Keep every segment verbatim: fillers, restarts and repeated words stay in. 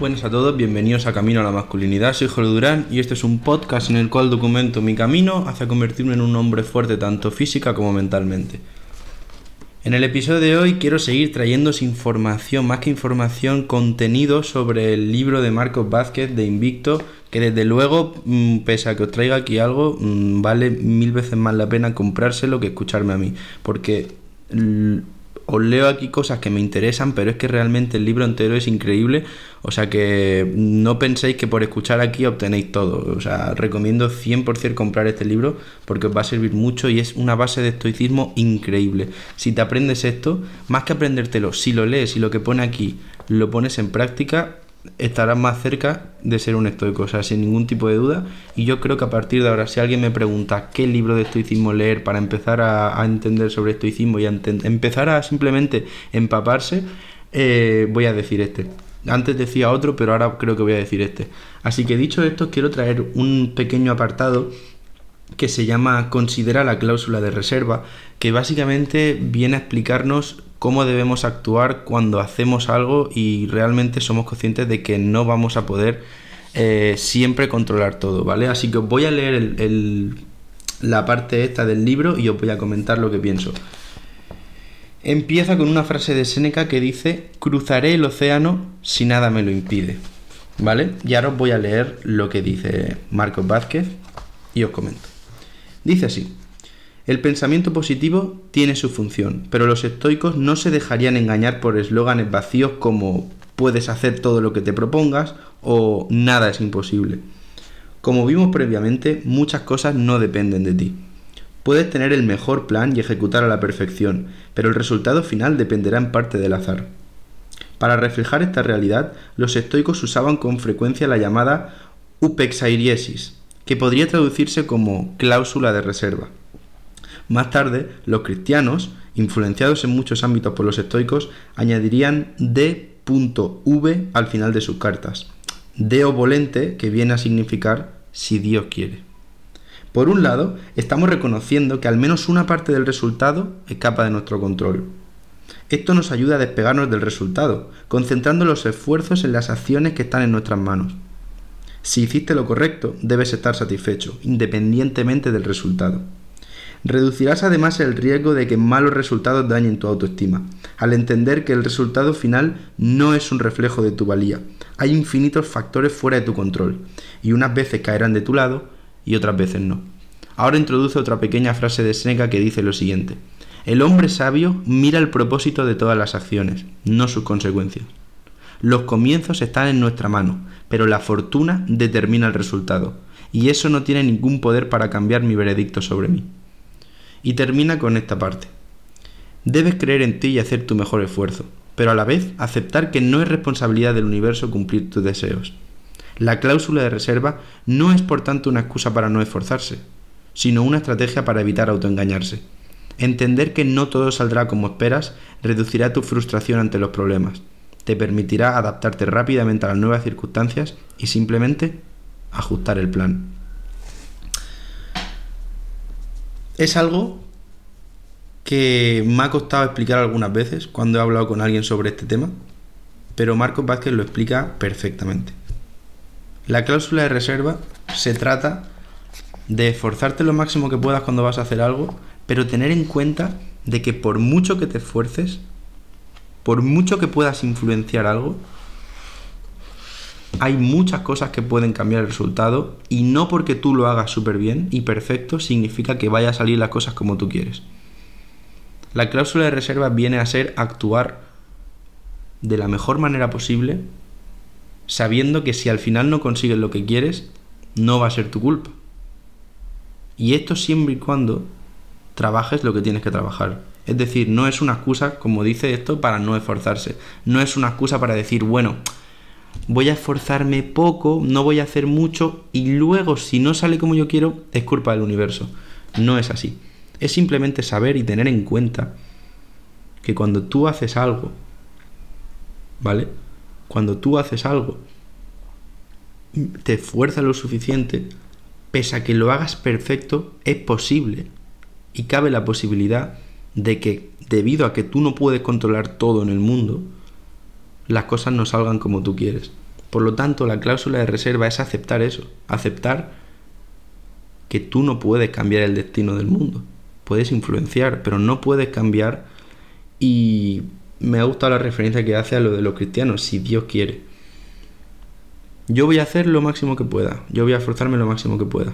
Buenas a todos, bienvenidos a Camino a la Masculinidad. Soy Jorge Durán y este es un podcast en el cual documento mi camino hacia convertirme en un hombre fuerte tanto física como mentalmente. En el episodio de hoy quiero seguir trayéndoos información, más que información, contenido sobre el libro de Marcos Vázquez de Invicto, que desde luego, pese a que os traiga aquí algo, vale mil veces más la pena comprárselo que escucharme a mí, porque os leo aquí cosas que me interesan, pero es que realmente el libro entero es increíble, o sea que no penséis que por escuchar aquí obtenéis todo. O sea, recomiendo cien por ciento comprar este libro porque os va a servir mucho y es una base de estoicismo increíble. Si te aprendes esto, más que aprendértelo, si lo lees y lo que pone aquí lo pones en práctica, estarás más cerca de ser un estoico, o sea, sin ningún tipo de duda. Y yo creo que a partir de ahora, si alguien me pregunta qué libro de estoicismo leer para empezar a, a entender sobre estoicismo y a ent- empezar a simplemente empaparse, eh, voy a decir este. Antes decía otro, pero ahora creo que voy a decir este. Así que dicho esto, quiero traer un pequeño apartado que se llama Considera la cláusula de reserva, que básicamente viene a explicarnos cómo debemos actuar cuando hacemos algo y realmente somos conscientes de que no vamos a poder eh, siempre controlar todo, ¿vale? Así que os voy a leer el, el, la parte esta del libro y os voy a comentar lo que pienso. Empieza con una frase de Séneca que dice: cruzaré el océano si nada me lo impide, ¿vale? Y ahora os voy a leer lo que dice Marcos Vázquez y os comento. Dice así: el pensamiento positivo tiene su función, pero los estoicos no se dejarían engañar por eslóganes vacíos como puedes hacer todo lo que te propongas o nada es imposible. Como vimos previamente, muchas cosas no dependen de ti. Puedes tener el mejor plan y ejecutar a la perfección, pero el resultado final dependerá en parte del azar. Para reflejar esta realidad, los estoicos usaban con frecuencia la llamada upexairiesis, que podría traducirse como cláusula de reserva. Más tarde, los cristianos, influenciados en muchos ámbitos por los estoicos, añadirían D V al final de sus cartas. Deo volente, que viene a significar si Dios quiere. Por un lado, estamos reconociendo que al menos una parte del resultado escapa de nuestro control. Esto nos ayuda a despegarnos del resultado, concentrando los esfuerzos en las acciones que están en nuestras manos. Si hiciste lo correcto, debes estar satisfecho, independientemente del resultado. Reducirás además el riesgo de que malos resultados dañen tu autoestima, al entender que el resultado final no es un reflejo de tu valía. Hay infinitos factores fuera de tu control, y unas veces caerán de tu lado y otras veces no. Ahora introduce otra pequeña frase de Séneca que dice lo siguiente: el hombre sabio mira el propósito de todas las acciones, no sus consecuencias. Los comienzos están en nuestra mano, pero la fortuna determina el resultado, y eso no tiene ningún poder para cambiar mi veredicto sobre mí. Y termina con esta parte: debes creer en ti y hacer tu mejor esfuerzo, pero a la vez aceptar que no es responsabilidad del universo cumplir tus deseos. La cláusula de reserva no es por tanto una excusa para no esforzarse, sino una estrategia para evitar autoengañarse. Entender que no todo saldrá como esperas reducirá tu frustración ante los problemas, te permitirá adaptarte rápidamente a las nuevas circunstancias y simplemente ajustar el plan. Es algo que me ha costado explicar algunas veces cuando he hablado con alguien sobre este tema, pero Marcos Vázquez lo explica perfectamente. La cláusula de reserva se trata de esforzarte lo máximo que puedas cuando vas a hacer algo, pero tener en cuenta de que por mucho que te esfuerces, por mucho que puedas influenciar algo, hay muchas cosas que pueden cambiar el resultado, y no porque tú lo hagas súper bien y perfecto significa que vaya a salir las cosas como tú quieres. La cláusula de reserva viene a ser actuar de la mejor manera posible, sabiendo que si al final no consigues lo que quieres, no va a ser tu culpa. Y esto siempre y cuando trabajes lo que tienes que trabajar. Es decir, no es una excusa, como dice esto, para no esforzarse. No es una excusa para decir, bueno, voy a esforzarme poco, no voy a hacer mucho y luego si no sale como yo quiero es culpa del universo. No es así. Es simplemente saber y tener en cuenta que cuando tú haces algo, ¿vale? Cuando tú haces algo, te esfuerzas lo suficiente, pese a que lo hagas perfecto, es posible y cabe la posibilidad de que debido a que tú no puedes controlar todo en el mundo, las cosas no salgan como tú quieres. Por lo tanto, la cláusula de reserva es aceptar eso, aceptar que tú no puedes cambiar el destino del mundo. Puedes influenciar, pero no puedes cambiar. Y me ha gustado la referencia que hace a lo de los cristianos, si Dios quiere. Yo voy a hacer lo máximo que pueda, yo voy a esforzarme lo máximo que pueda.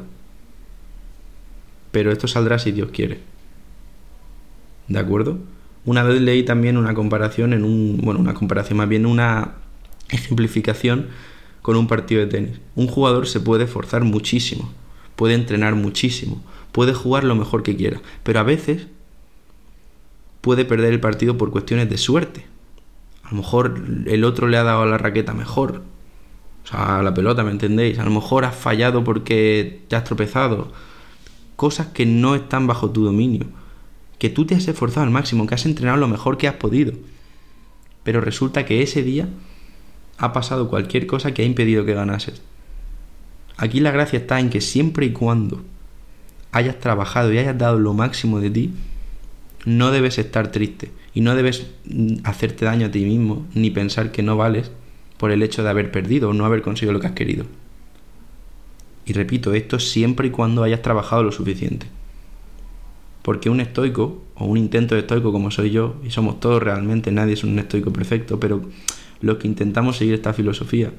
Pero esto saldrá si Dios quiere. ¿De acuerdo? Una vez leí también una comparación en un... Bueno, una comparación, más bien una ejemplificación con un partido de tenis. Un jugador se puede esforzar muchísimo, puede entrenar muchísimo, puede jugar lo mejor que quiera, pero a veces puede perder el partido por cuestiones de suerte. A lo mejor el otro le ha dado a la raqueta mejor, o sea, a la pelota, ¿me entendéis? A lo mejor has fallado porque te has tropezado. Cosas que no están bajo tu dominio. Que tú te has esforzado al máximo, que has entrenado lo mejor que has podido. Pero resulta que ese día ha pasado cualquier cosa que ha impedido que ganases. Aquí la gracia está en que siempre y cuando hayas trabajado y hayas dado lo máximo de ti, no debes estar triste y no debes hacerte daño a ti mismo ni pensar que no vales por el hecho de haber perdido o no haber conseguido lo que has querido. Y repito, esto siempre y cuando hayas trabajado lo suficiente. Porque un estoico, o un intento de estoico como soy yo, y somos todos realmente, nadie es un estoico perfecto, pero los que intentamos seguir esta filosofía,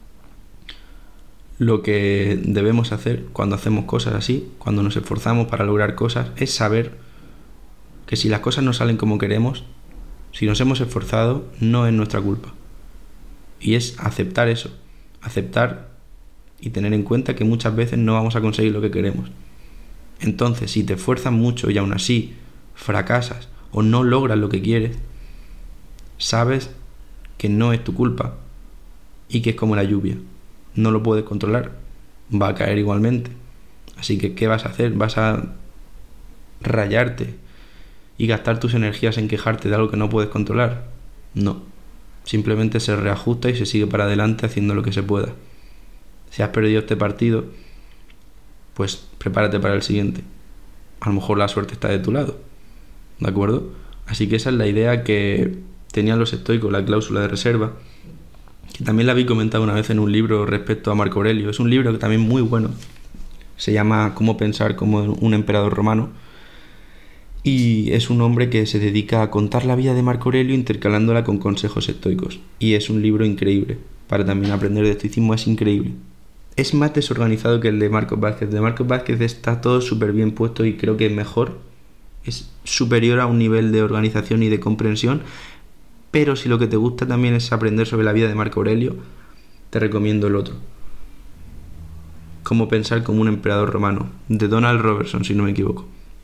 lo que debemos hacer cuando hacemos cosas así, cuando nos esforzamos para lograr cosas, es saber que si las cosas no salen como queremos, si nos hemos esforzado, no es nuestra culpa. Y es aceptar eso, aceptar y tener en cuenta que muchas veces no vamos a conseguir lo que queremos. Entonces, si te esfuerzas mucho y aún así fracasas o no logras lo que quieres, sabes que no es tu culpa y que es como la lluvia. No lo puedes controlar, va a caer igualmente. Así que, ¿qué vas a hacer? ¿Vas a rayarte y gastar tus energías en quejarte de algo que no puedes controlar? No. Simplemente se reajusta y se sigue para adelante haciendo lo que se pueda. Si has perdido este partido, pues prepárate para el siguiente. A lo mejor la suerte está de tu lado, ¿de acuerdo? Así que esa es la idea que tenían los estoicos, la cláusula de reserva, que también la habí comentado una vez en un libro respecto a Marco Aurelio. Es un libro que también muy bueno, se llama Cómo pensar como un emperador romano, y es un hombre que se dedica a contar la vida de Marco Aurelio intercalándola con consejos estoicos, y es un libro increíble para también aprender de estoicismo. Es increíble. Es más desorganizado que el de Marcos Vázquez. De Marcos Vázquez está todo súper bien puesto y creo que es mejor. Es superior a un nivel de organización y de comprensión. Pero si lo que te gusta también es aprender sobre la vida de Marco Aurelio, te recomiendo el otro. Cómo pensar como un emperador romano, de Donald Robertson, si no me equivoco.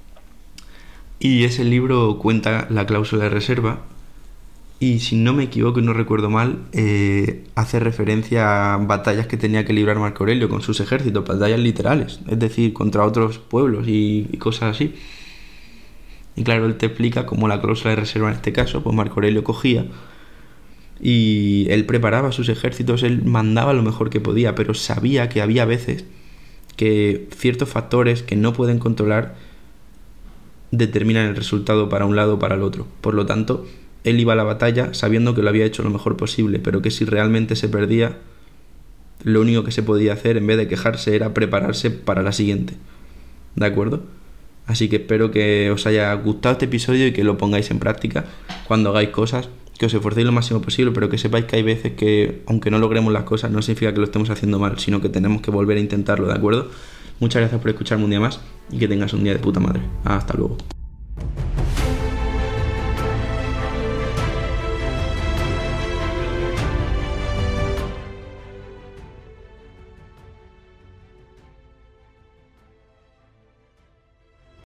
Y ese libro cuenta la cláusula de reserva. Y si no me equivoco y no recuerdo mal, eh, hace referencia a batallas que tenía que librar Marco Aurelio con sus ejércitos, batallas literales, es decir, contra otros pueblos y, y cosas así. Y claro, él te explica cómo la cláusula de reserva en este caso, pues Marco Aurelio cogía y él preparaba sus ejércitos, él mandaba lo mejor que podía, pero sabía que había veces que ciertos factores que no pueden controlar determinan el resultado para un lado o para el otro. Por lo tanto, él iba a la batalla sabiendo que lo había hecho lo mejor posible, pero que si realmente se perdía, lo único que se podía hacer en vez de quejarse era prepararse para la siguiente. ¿De acuerdo? Así que espero que os haya gustado este episodio y que lo pongáis en práctica cuando hagáis cosas, que os esforcéis lo máximo posible, pero que sepáis que hay veces que, aunque no logremos las cosas, no significa que lo estemos haciendo mal, sino que tenemos que volver a intentarlo, ¿de acuerdo? Muchas gracias por escucharme un día más y que tengas un día de puta madre. Hasta luego.